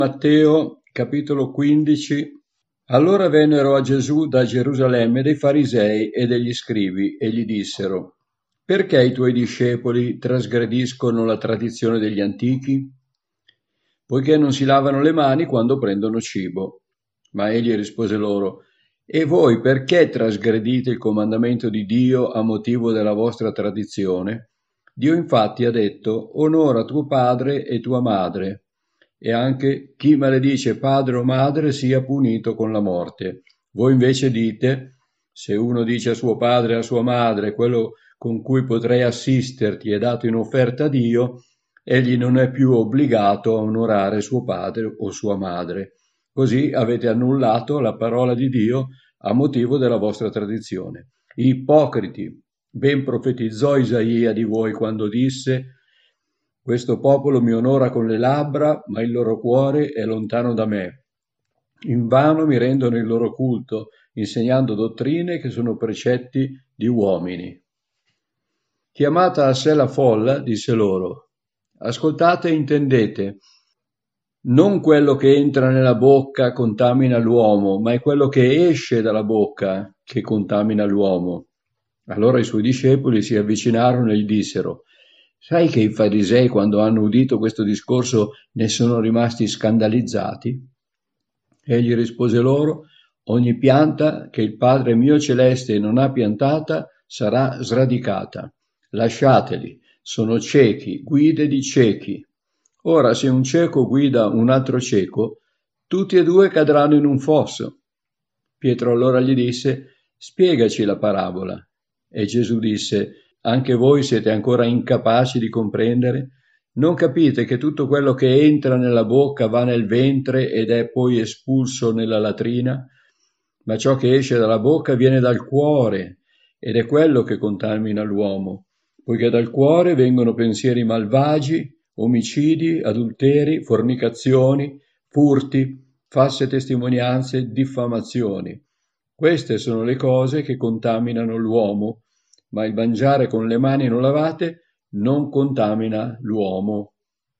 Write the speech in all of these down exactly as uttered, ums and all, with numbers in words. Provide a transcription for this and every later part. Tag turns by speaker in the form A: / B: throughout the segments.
A: Matteo, capitolo quindici. Allora vennero a Gesù da Gerusalemme dei farisei e degli scribi e gli dissero: Perché i tuoi discepoli trasgrediscono la tradizione degli antichi? Poiché non si lavano le mani quando prendono cibo. Ma egli rispose loro: E voi perché trasgredite il comandamento di Dio a motivo della vostra tradizione? Dio infatti ha detto: Onora tuo padre e tua madre, e anche chi maledice padre o madre sia punito con la morte. Voi invece dite: se uno dice a suo padre e a sua madre: quello con cui potrei assisterti è dato in offerta a Dio, egli non è più obbligato a onorare suo padre o sua madre. Così avete annullato la parola di Dio a motivo della vostra tradizione. Ipocriti, ben profetizzò Isaia di voi quando disse: questo popolo mi onora con le labbra, ma il loro cuore è lontano da me. Invano mi rendono il loro culto, insegnando dottrine che sono precetti di uomini. Chiamata a sé la folla, disse loro: Ascoltate e intendete. Non quello che entra nella bocca contamina l'uomo, ma è quello che esce dalla bocca che contamina l'uomo. Allora i suoi discepoli si avvicinarono e gli dissero: Sai che i farisei, quando hanno udito questo discorso, ne sono rimasti scandalizzati? Egli rispose loro: Ogni pianta che il Padre mio celeste non ha piantata sarà sradicata. Lasciateli, sono ciechi, guide di ciechi. Ora, se un cieco guida un altro cieco, tutti e due cadranno in un fosso. Pietro allora gli disse: Spiegaci la parabola. E Gesù disse: Anche voi siete ancora incapaci di comprendere? Non capite che tutto quello che entra nella bocca va nel ventre ed è poi espulso nella latrina? Ma ciò che esce dalla bocca viene dal cuore ed è quello che contamina l'uomo, poiché dal cuore vengono pensieri malvagi, omicidi, adulteri, fornicazioni, furti, false testimonianze, diffamazioni. Queste sono le cose che contaminano l'uomo, ma il mangiare con le mani non lavate non contamina l'uomo.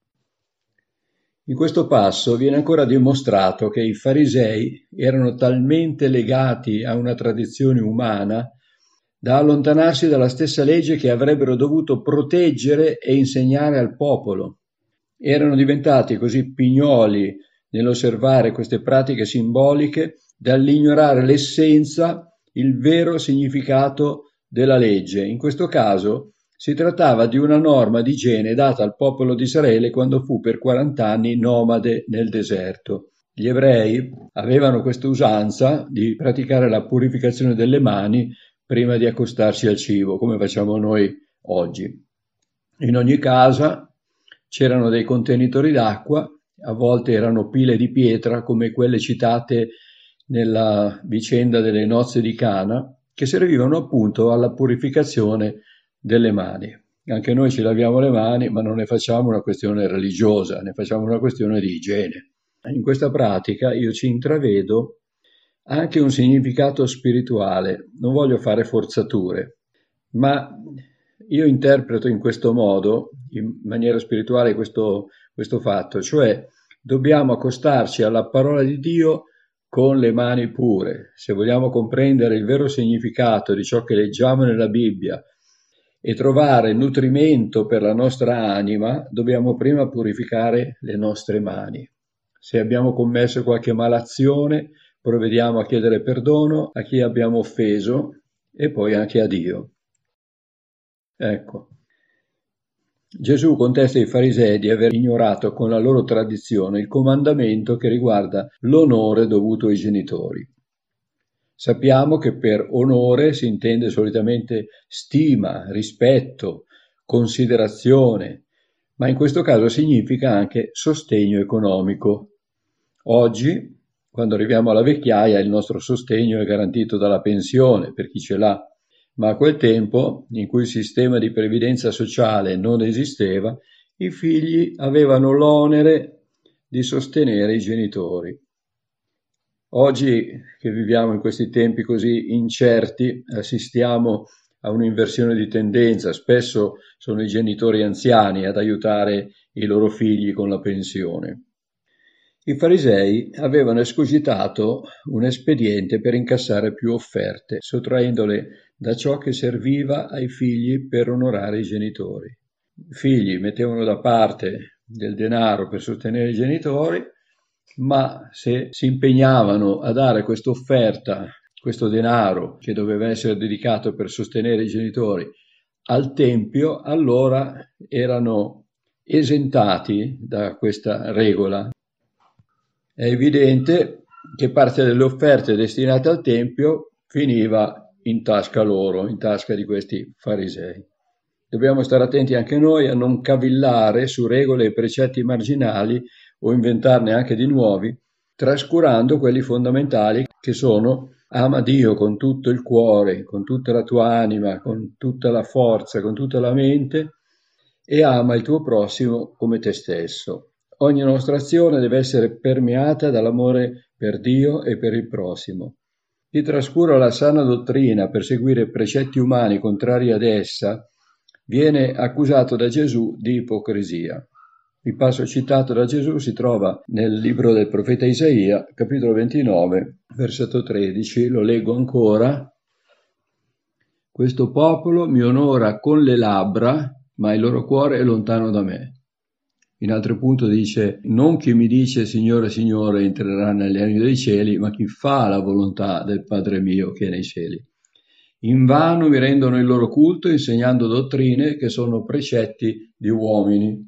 A: In questo passo viene ancora dimostrato che i farisei erano talmente legati a una tradizione umana da allontanarsi dalla stessa legge che avrebbero dovuto proteggere e insegnare al popolo. Erano diventati così pignoli nell'osservare queste pratiche simboliche dall'ignorare l'essenza, il vero significato della legge. In questo caso si trattava di una norma di igiene data al popolo di Israele quando fu per quaranta anni nomade nel deserto. Gli ebrei avevano questa usanza di praticare la purificazione delle mani prima di accostarsi al cibo, come facciamo noi oggi. In ogni casa c'erano dei contenitori d'acqua, a volte erano pile di pietra come quelle citate nella vicenda delle nozze di Cana, che servivano appunto alla purificazione delle mani. Anche noi ci laviamo le mani, ma non ne facciamo una questione religiosa, ne facciamo una questione di igiene. In questa pratica io ci intravedo anche un significato spirituale. Non voglio fare forzature, ma io interpreto in questo modo, in maniera spirituale, questo, questo fatto, cioè dobbiamo accostarci alla parola di Dio con le mani pure. Se vogliamo comprendere il vero significato di ciò che leggiamo nella Bibbia e trovare nutrimento per la nostra anima, dobbiamo prima purificare le nostre mani. Se abbiamo commesso qualche malazione, provvediamo a chiedere perdono a chi abbiamo offeso e poi anche a Dio. Ecco. Gesù contesta ai farisei di aver ignorato con la loro tradizione il comandamento che riguarda l'onore dovuto ai genitori. Sappiamo che per onore si intende solitamente stima, rispetto, considerazione, ma in questo caso significa anche sostegno economico. Oggi, quando arriviamo alla vecchiaia, il nostro sostegno è garantito dalla pensione per chi ce l'ha, ma a quel tempo, in cui il sistema di previdenza sociale non esisteva, i figli avevano l'onere di sostenere i genitori. Oggi, che viviamo in questi tempi così incerti, assistiamo a un'inversione di tendenza. Spesso sono i genitori anziani ad aiutare i loro figli con la pensione. I farisei avevano escogitato un espediente per incassare più offerte, sottraendole da ciò che serviva ai figli per onorare i genitori. I figli mettevano da parte del denaro per sostenere i genitori, ma se si impegnavano a dare questa offerta, questo denaro che doveva essere dedicato per sostenere i genitori al Tempio, allora erano esentati da questa regola. È evidente che parte delle offerte destinate al Tempio finiva in tasca loro, in tasca di questi farisei. Dobbiamo stare attenti anche noi a non cavillare su regole e precetti marginali o inventarne anche di nuovi, trascurando quelli fondamentali che sono: ama Dio con tutto il cuore, con tutta la tua anima, con tutta la forza, con tutta la mente, e ama il tuo prossimo come te stesso. Ogni nostra azione deve essere permeata dall'amore per Dio e per il prossimo. Chi trascura la sana dottrina per seguire precetti umani contrari ad essa viene accusato da Gesù di ipocrisia. Il passo citato da Gesù si trova nel libro del profeta Isaia, capitolo ventinove, versetto tredici, lo leggo ancora. Questo popolo mi onora con le labbra, ma il loro cuore è lontano da me. In altro punto dice: non chi mi dice Signore, Signore entrerà negli regni dei cieli, ma chi fa la volontà del Padre mio che è nei cieli. Invano mi rendono il loro culto insegnando dottrine che sono precetti di uomini.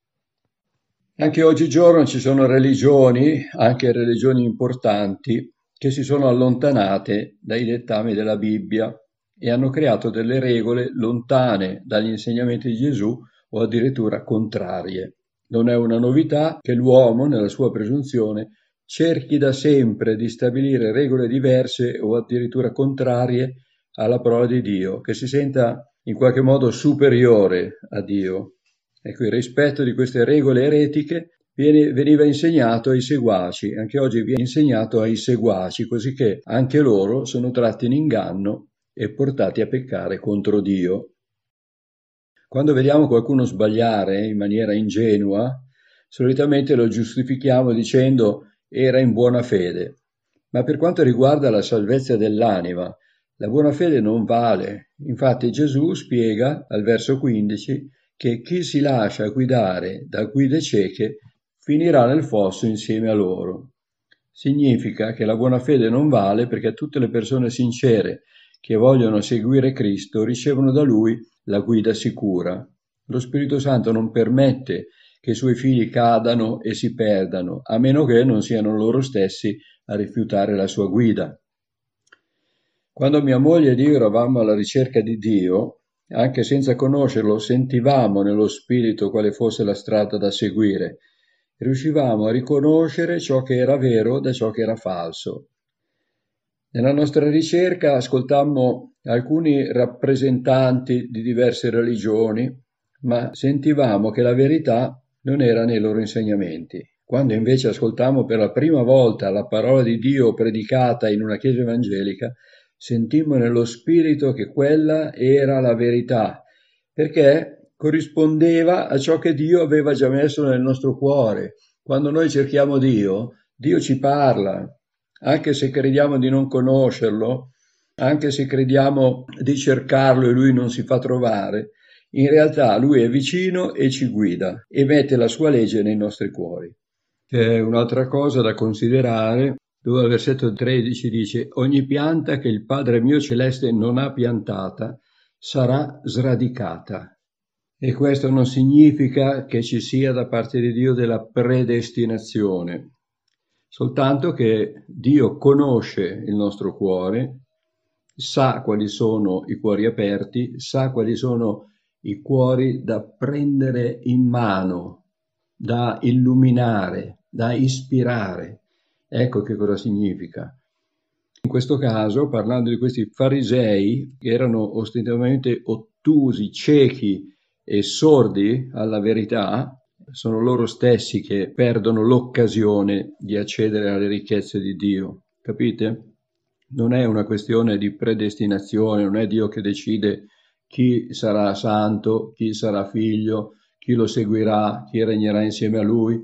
A: Anche oggigiorno ci sono religioni, anche religioni importanti, che si sono allontanate dai dettami della Bibbia e hanno creato delle regole lontane dagli insegnamenti di Gesù o addirittura contrarie. Non è una novità che l'uomo, nella sua presunzione, cerchi da sempre di stabilire regole diverse o addirittura contrarie alla parola di Dio, che si senta in qualche modo superiore a Dio. Ecco, il rispetto di queste regole eretiche viene, veniva insegnato ai seguaci, anche oggi viene insegnato ai seguaci, così che anche loro sono tratti in inganno e portati a peccare contro Dio. Quando vediamo qualcuno sbagliare in maniera ingenua, solitamente lo giustifichiamo dicendo era in buona fede. Ma per quanto riguarda la salvezza dell'anima, la buona fede non vale. Infatti Gesù spiega al verso quindici che chi si lascia guidare da guide cieche finirà nel fosso insieme a loro. Significa che la buona fede non vale perché tutte le persone sincere che vogliono seguire Cristo ricevono da Lui la guida sicura. Lo Spirito Santo non permette che i suoi figli cadano e si perdano, a meno che non siano loro stessi a rifiutare la sua guida. Quando mia moglie ed io eravamo alla ricerca di Dio, anche senza conoscerlo, sentivamo nello Spirito quale fosse la strada da seguire. Riuscivamo a riconoscere ciò che era vero da ciò che era falso. Nella nostra ricerca ascoltammo alcuni rappresentanti di diverse religioni, ma sentivamo che la verità non era nei loro insegnamenti. Quando invece ascoltammo per la prima volta la parola di Dio predicata in una chiesa evangelica, sentimmo nello spirito che quella era la verità, perché corrispondeva a ciò che Dio aveva già messo nel nostro cuore. Quando noi cerchiamo Dio, Dio ci parla. Anche se crediamo di non conoscerlo, anche se crediamo di cercarlo e lui non si fa trovare, in realtà lui è vicino e ci guida e mette la sua legge nei nostri cuori. C'è un'altra cosa da considerare, dove al versetto tredici dice: ogni pianta che il Padre mio celeste non ha piantata sarà sradicata. E questo non significa che ci sia da parte di Dio della predestinazione. Soltanto che Dio conosce il nostro cuore, sa quali sono i cuori aperti, sa quali sono i cuori da prendere in mano, da illuminare, da ispirare. Ecco che cosa significa. In questo caso, parlando di questi farisei che erano ostentamente ottusi, ciechi e sordi alla verità, sono loro stessi che perdono l'occasione di accedere alle ricchezze di Dio, capite? Non è una questione di predestinazione, non è Dio che decide chi sarà santo, chi sarà figlio, chi lo seguirà, chi regnerà insieme a Lui.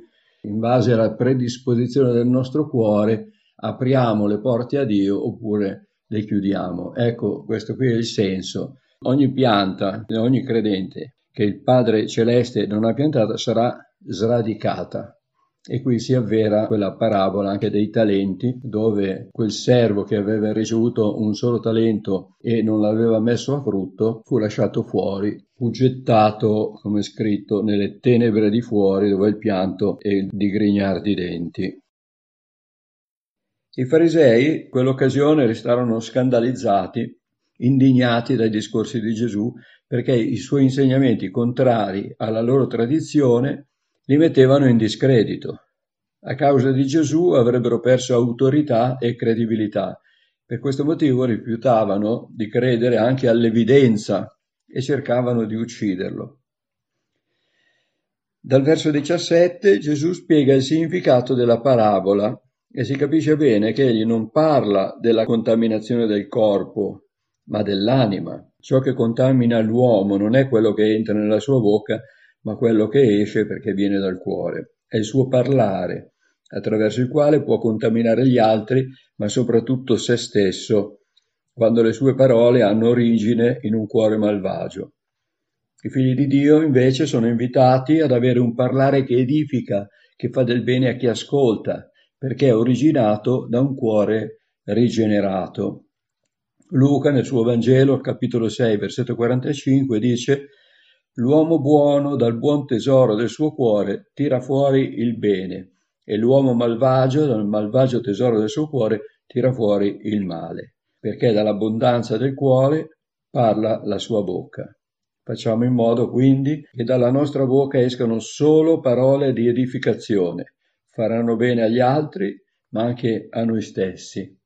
A: in base alla predisposizione del nostro cuore, apriamo le porte a Dio oppure le chiudiamo. Ecco, questo qui è il senso. Ogni pianta, ogni credente che il Padre Celeste non ha piantata sarà sradicata. E qui si avvera quella parabola anche dei talenti, dove quel servo che aveva ricevuto un solo talento e non l'aveva messo a frutto fu lasciato fuori, fu gettato, come è scritto, nelle tenebre di fuori, dove il pianto e il digrignare di denti. I farisei in quell'occasione restarono scandalizzati, indignati dai discorsi di Gesù, perché i suoi insegnamenti contrari alla loro tradizione li mettevano in discredito. A causa di Gesù avrebbero perso autorità e credibilità. Per questo motivo rifiutavano di credere anche all'evidenza e cercavano di ucciderlo. Dal verso diciassette Gesù spiega il significato della parabola e si capisce bene che egli non parla della contaminazione del corpo, ma dell'anima. Ciò che contamina l'uomo non è quello che entra nella sua bocca, ma quello che esce perché viene dal cuore. È il suo parlare, attraverso il quale può contaminare gli altri, ma soprattutto se stesso, quando le sue parole hanno origine in un cuore malvagio. I figli di Dio invece sono invitati ad avere un parlare che edifica, che fa del bene a chi ascolta, perché è originato da un cuore rigenerato. Luca nel suo Vangelo, capitolo sei, versetto quarantacinque, dice: «L'uomo buono dal buon tesoro del suo cuore tira fuori il bene, e l'uomo malvagio dal malvagio tesoro del suo cuore tira fuori il male, perché dall'abbondanza del cuore parla la sua bocca». Facciamo in modo quindi che dalla nostra bocca escano solo parole di edificazione, faranno bene agli altri, ma anche a noi stessi.